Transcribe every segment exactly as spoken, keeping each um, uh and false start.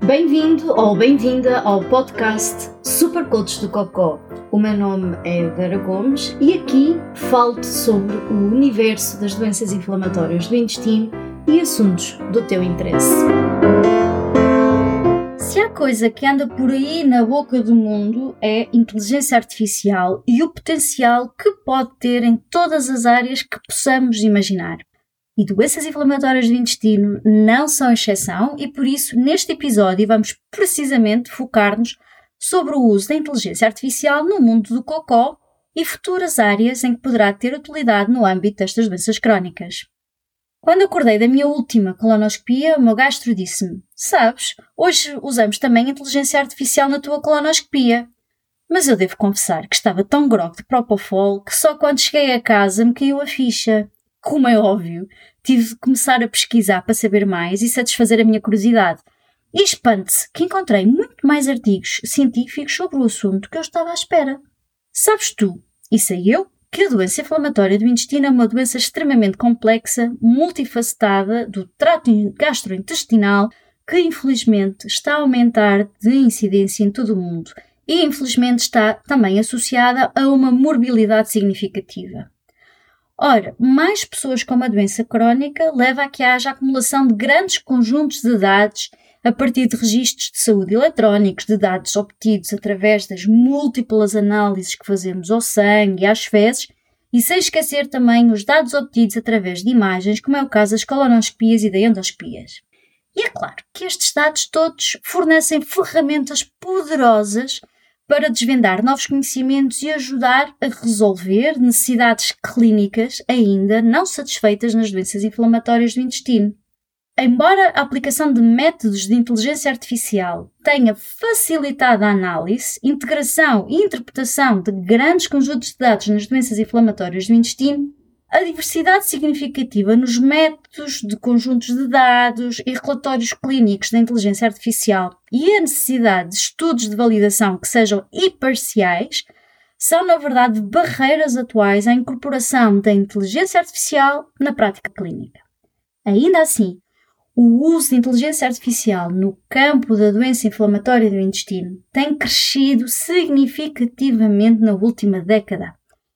Bem-vindo ou bem-vinda ao podcast Super Coach do Cocó. O meu nome é Vera Gomes e aqui falo-te sobre o universo das doenças inflamatórias do intestino e assuntos do teu interesse. Se há coisa que anda por aí na boca do mundo é inteligência artificial e o potencial que pode ter em todas as áreas que possamos imaginar. E doenças inflamatórias do intestino não são exceção e por isso neste episódio vamos precisamente focar-nos sobre o uso da inteligência artificial no mundo do cocó e futuras áreas em que poderá ter utilidade no âmbito destas doenças crónicas. Quando acordei da minha última colonoscopia, o meu gastro disse-me: "Sabes, hoje usamos também inteligência artificial na tua colonoscopia." Mas eu devo confessar que estava tão grogue de propofol que só quando cheguei a casa me caiu a ficha. Como é óbvio, tive de começar a pesquisar para saber mais e satisfazer a minha curiosidade. E espante-se que encontrei muito mais artigos científicos sobre o assunto que eu estava à espera. Sabes tu, e sei eu, que a doença inflamatória do intestino é uma doença extremamente complexa, multifacetada do trato gastrointestinal que infelizmente está a aumentar de incidência em todo o mundo e infelizmente está também associada a uma morbilidade significativa. Ora, mais pessoas com uma doença crónica leva a que haja acumulação de grandes conjuntos de dados a partir de registros de saúde eletrónicos, de dados obtidos através das múltiplas análises que fazemos ao sangue e às fezes, e sem esquecer também os dados obtidos através de imagens, como é o caso das colonoscopias e das endoscopias. E é claro que estes dados todos fornecem ferramentas poderosas para desvendar novos conhecimentos e ajudar a resolver necessidades clínicas ainda não satisfeitas nas doenças inflamatórias do intestino. Embora a aplicação de métodos de inteligência artificial tenha facilitado a análise, integração e interpretação de grandes conjuntos de dados nas doenças inflamatórias do intestino, a diversidade significativa nos métodos de conjuntos de dados e relatórios clínicos da inteligência artificial e a necessidade de estudos de validação que sejam imparciais são, na verdade, barreiras atuais à incorporação da inteligência artificial na prática clínica. Ainda assim, o uso de inteligência artificial no campo da doença inflamatória do intestino tem crescido significativamente na última década.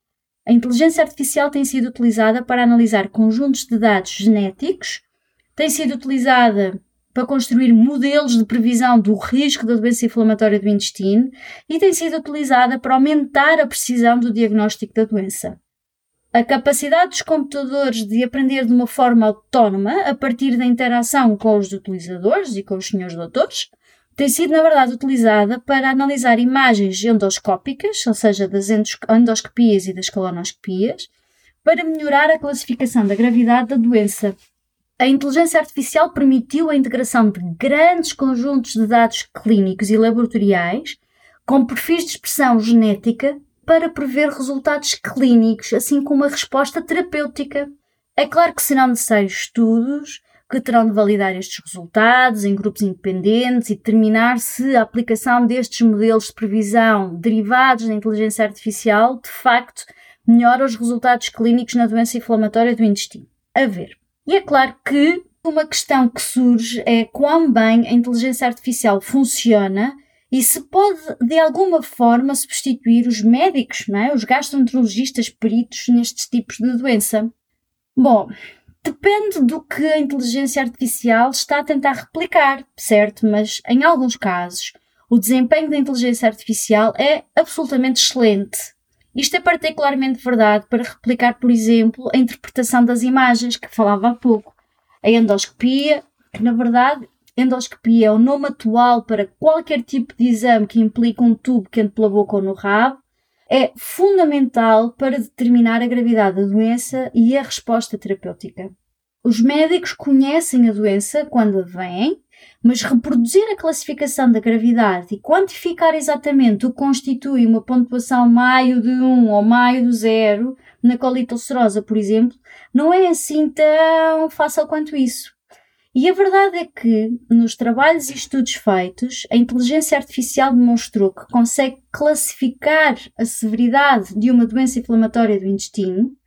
A inteligência artificial tem sido utilizada para analisar conjuntos de dados genéticos, tem sido utilizada para construir modelos de previsão do risco da doença inflamatória do intestino e tem sido utilizada para aumentar a precisão do diagnóstico da doença. A capacidade dos computadores de aprender de uma forma autónoma a partir da interação com os utilizadores e com os senhores doutores tem sido, na verdade, utilizada para analisar imagens endoscópicas, ou seja, das endoscopias e das colonoscopias, para melhorar a classificação da gravidade da doença. A inteligência artificial permitiu a integração de grandes conjuntos de dados clínicos e laboratoriais com perfis de expressão genética para prever resultados clínicos, assim como a resposta terapêutica. É claro que serão necessários estudos que terão de validar estes resultados em grupos independentes e determinar se a aplicação destes modelos de previsão derivados da inteligência artificial de facto melhora os resultados clínicos na doença inflamatória do intestino. A ver. E é claro que uma questão que surge é quão bem a inteligência artificial funciona e se pode de alguma forma substituir os médicos, não é? Os gastroenterologistas peritos nestes tipos de doença. Bom, depende do que a inteligência artificial está a tentar replicar, certo? Mas, em alguns casos, o desempenho da inteligência artificial é absolutamente excelente. Isto é particularmente verdade para replicar, por exemplo, a interpretação das imagens que falava há pouco. A endoscopia, que na verdade, endoscopia é o nome atual para qualquer tipo de exame que implica um tubo que entre pela boca ou no rabo, é fundamental para determinar a gravidade da doença e a resposta terapêutica. Os médicos conhecem a doença quando a veem, mas reproduzir a classificação da gravidade e quantificar exatamente o que constitui uma pontuação maio de um ou maio de zero na colite ulcerosa, por exemplo, não é assim tão fácil quanto isso. E a verdade é que, nos trabalhos e estudos feitos, a inteligência artificial demonstrou que consegue classificar a severidade de uma doença inflamatória do intestino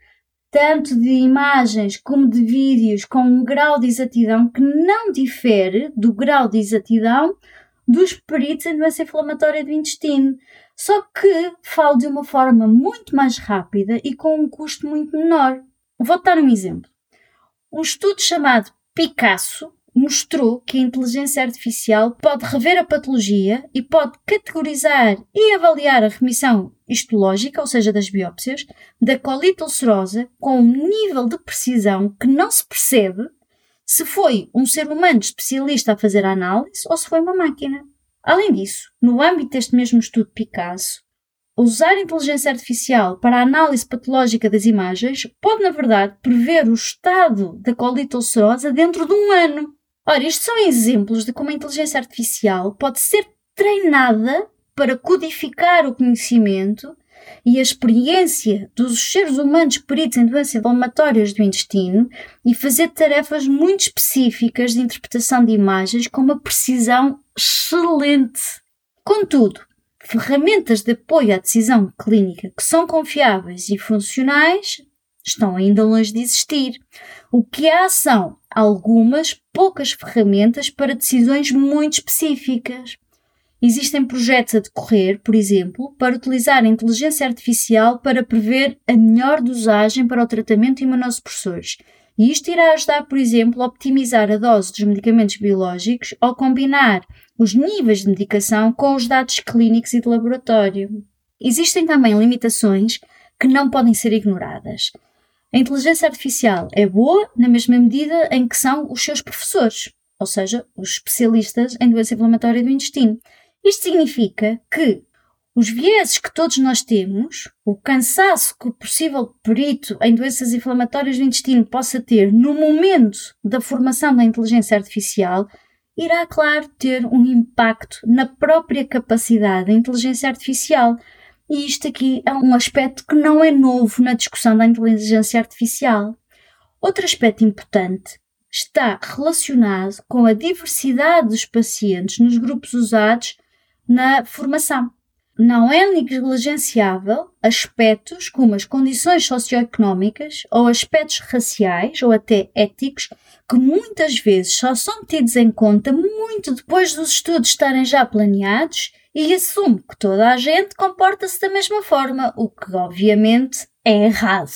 tanto de imagens como de vídeos, com um grau de exatidão que não difere do grau de exatidão dos peritos em doença inflamatória do intestino, só que falo de uma forma muito mais rápida e com um custo muito menor. Vou dar um exemplo. Um estudo chamado Picasso mostrou que a inteligência artificial pode rever a patologia e pode categorizar e avaliar a remissão histológica, ou seja, das biópsias, da colite ulcerosa com um nível de precisão que não se percebe se foi um ser humano especialista a fazer a análise ou se foi uma máquina. Além disso, no âmbito deste mesmo estudo Picasso, usar a inteligência artificial para a análise patológica das imagens pode, na verdade, prever o estado da colite ulcerosa dentro de um ano. Ora, estes são exemplos de como a inteligência artificial pode ser treinada para codificar o conhecimento e a experiência dos seres humanos peritos em doenças inflamatórias do intestino e fazer tarefas muito específicas de interpretação de imagens com uma precisão excelente. Contudo, ferramentas de apoio à decisão clínica que são confiáveis e funcionais estão ainda longe de existir. O que há são algumas poucas ferramentas para decisões muito específicas. Existem projetos a decorrer, por exemplo, para utilizar a inteligência artificial para prever a melhor dosagem para o tratamento de imunossupressores. E isto irá ajudar, por exemplo, a optimizar a dose dos medicamentos biológicos ao combinar os níveis de medicação com os dados clínicos e de laboratório. Existem também limitações que não podem ser ignoradas. A inteligência artificial é boa na mesma medida em que são os seus professores, ou seja, os especialistas em doença inflamatória do intestino. Isto significa que os vieses que todos nós temos, o cansaço que o possível perito em doenças inflamatórias do intestino possa ter no momento da formação da inteligência artificial, irá, claro, ter um impacto na própria capacidade da inteligência artificial. E isto aqui é um aspecto que não é novo na discussão da inteligência artificial. Outro aspecto importante está relacionado com a diversidade dos pacientes nos grupos usados na formação. Não é negligenciável aspectos como as condições socioeconómicas ou aspectos raciais ou até éticos que muitas vezes só são tidos em conta muito depois dos estudos estarem já planeados e assume que toda a gente comporta-se da mesma forma, o que obviamente é errado.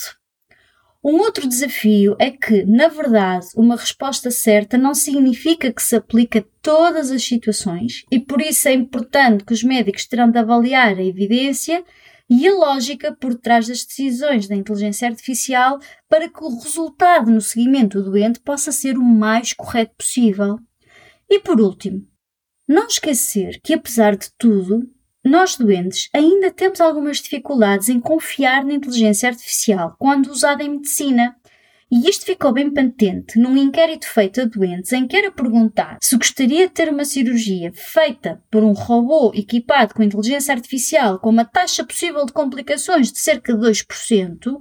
Um outro desafio é que, na verdade, uma resposta certa não significa que se aplique a todas as situações e por isso é importante que os médicos terão de avaliar a evidência e a lógica por trás das decisões da inteligência artificial para que o resultado no seguimento do doente possa ser o mais correto possível. E por último, não esquecer que, apesar de tudo, nós doentes ainda temos algumas dificuldades em confiar na inteligência artificial quando usada em medicina. E isto ficou bem patente num inquérito feito a doentes em que era perguntar se gostaria de ter uma cirurgia feita por um robô equipado com inteligência artificial com uma taxa possível de complicações de cerca de dois por cento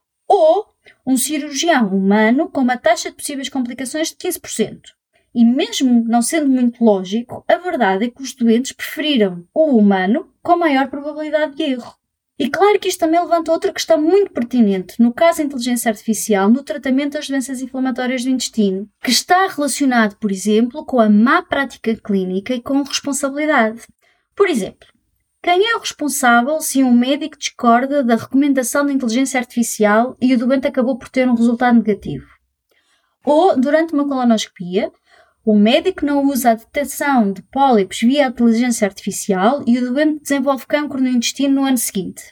ou um cirurgião humano com uma taxa de possíveis complicações de quinze por cento. E mesmo não sendo muito lógico, a verdade é que os doentes preferiram o humano com maior probabilidade de erro. E claro que isto também levanta outra questão muito pertinente, no caso da inteligência artificial, no tratamento das doenças inflamatórias do intestino, que está relacionado, por exemplo, com a má prática clínica e com responsabilidade. Por exemplo, quem é o responsável se um médico discorda da recomendação da inteligência artificial e o doente acabou por ter um resultado negativo? Ou, durante uma colonoscopia, o médico não usa a detecção de pólipos via a inteligência artificial e o doente desenvolve cancro no intestino no ano seguinte.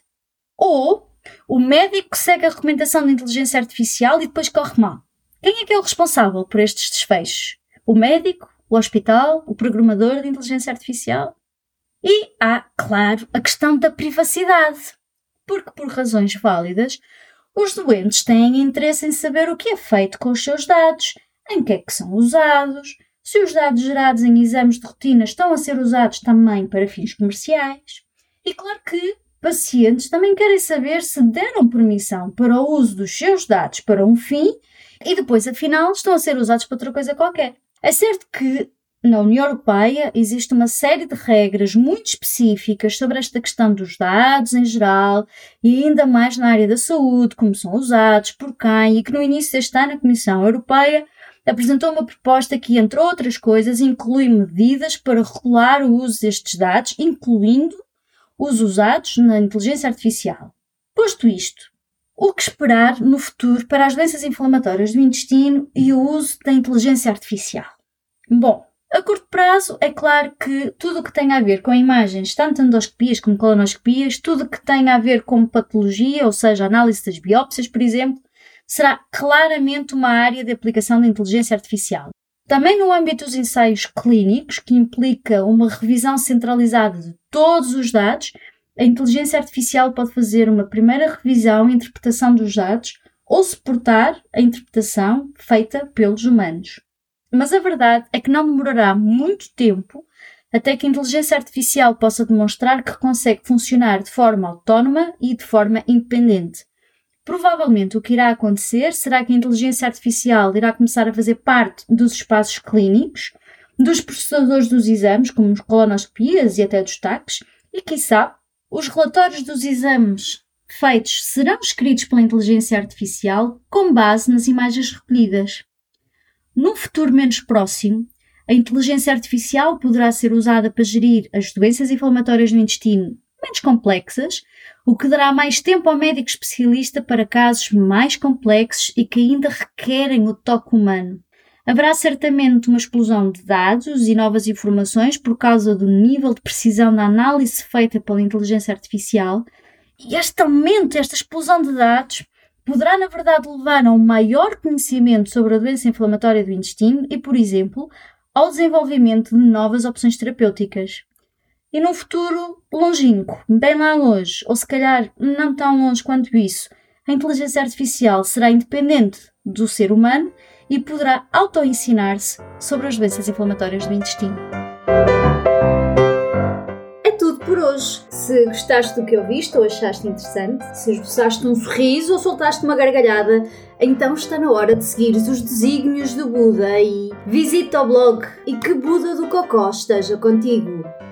Ou o médico segue a recomendação da inteligência artificial e depois corre mal. Quem é que é o responsável por estes desfechos? O médico? O hospital? O programador de inteligência artificial? E há, claro, a questão da privacidade. Porque, por razões válidas, os doentes têm interesse em saber o que é feito com os seus dados, em que é que são usados, se os dados gerados em exames de rotina estão a ser usados também para fins comerciais. E claro que pacientes também querem saber se deram permissão para o uso dos seus dados para um fim e depois, afinal, estão a ser usados para outra coisa qualquer. É certo que Na União Europeia existe uma série de regras muito específicas sobre esta questão dos dados em geral e ainda mais na área da saúde, como são usados, por quem, e que no início deste ano a Comissão Europeia apresentou uma proposta que, entre outras coisas, inclui medidas para regular o uso destes dados, incluindo os usados na inteligência artificial. Posto isto, o que esperar no futuro para as doenças inflamatórias do intestino e o uso da inteligência artificial? Bom, a curto prazo, é claro que tudo o que tem a ver com imagens, tanto endoscopias como colonoscopias, tudo o que tem a ver com patologia, ou seja, análise das biópsias, por exemplo, será claramente uma área de aplicação da inteligência artificial. Também no âmbito dos ensaios clínicos, que implica uma revisão centralizada de todos os dados, a inteligência artificial pode fazer uma primeira revisão e interpretação dos dados ou suportar a interpretação feita pelos humanos. Mas a verdade é que não demorará muito tempo até que a inteligência artificial possa demonstrar que consegue funcionar de forma autónoma e de forma independente. Provavelmente o que irá acontecer será que a inteligência artificial irá começar a fazer parte dos espaços clínicos, dos processadores dos exames, como as colonoscopias e até dos taques, e, quiçá, os relatórios dos exames feitos serão escritos pela inteligência artificial com base nas imagens recolhidas. Num futuro menos próximo, a inteligência artificial poderá ser usada para gerir as doenças inflamatórias no intestino menos complexas, o que dará mais tempo ao médico especialista para casos mais complexos e que ainda requerem o toque humano. Haverá certamente uma explosão de dados e novas informações por causa do nível de precisão da análise feita pela inteligência artificial, e este aumento, esta explosão de dados, poderá, na verdade, levar a um maior conhecimento sobre a doença inflamatória do intestino e, por exemplo, ao desenvolvimento de novas opções terapêuticas. E num futuro longínquo, bem lá longe, ou se calhar não tão longe quanto isso, a inteligência artificial será independente do ser humano e poderá auto-ensinar-se sobre as doenças inflamatórias do intestino. É tudo por hoje. Se gostaste do que ouviste ou achaste interessante, se esboçaste um sorriso ou soltaste uma gargalhada, então está na hora de seguires os desígnios do Buda e visita o blog e que Buda do Cocó esteja contigo.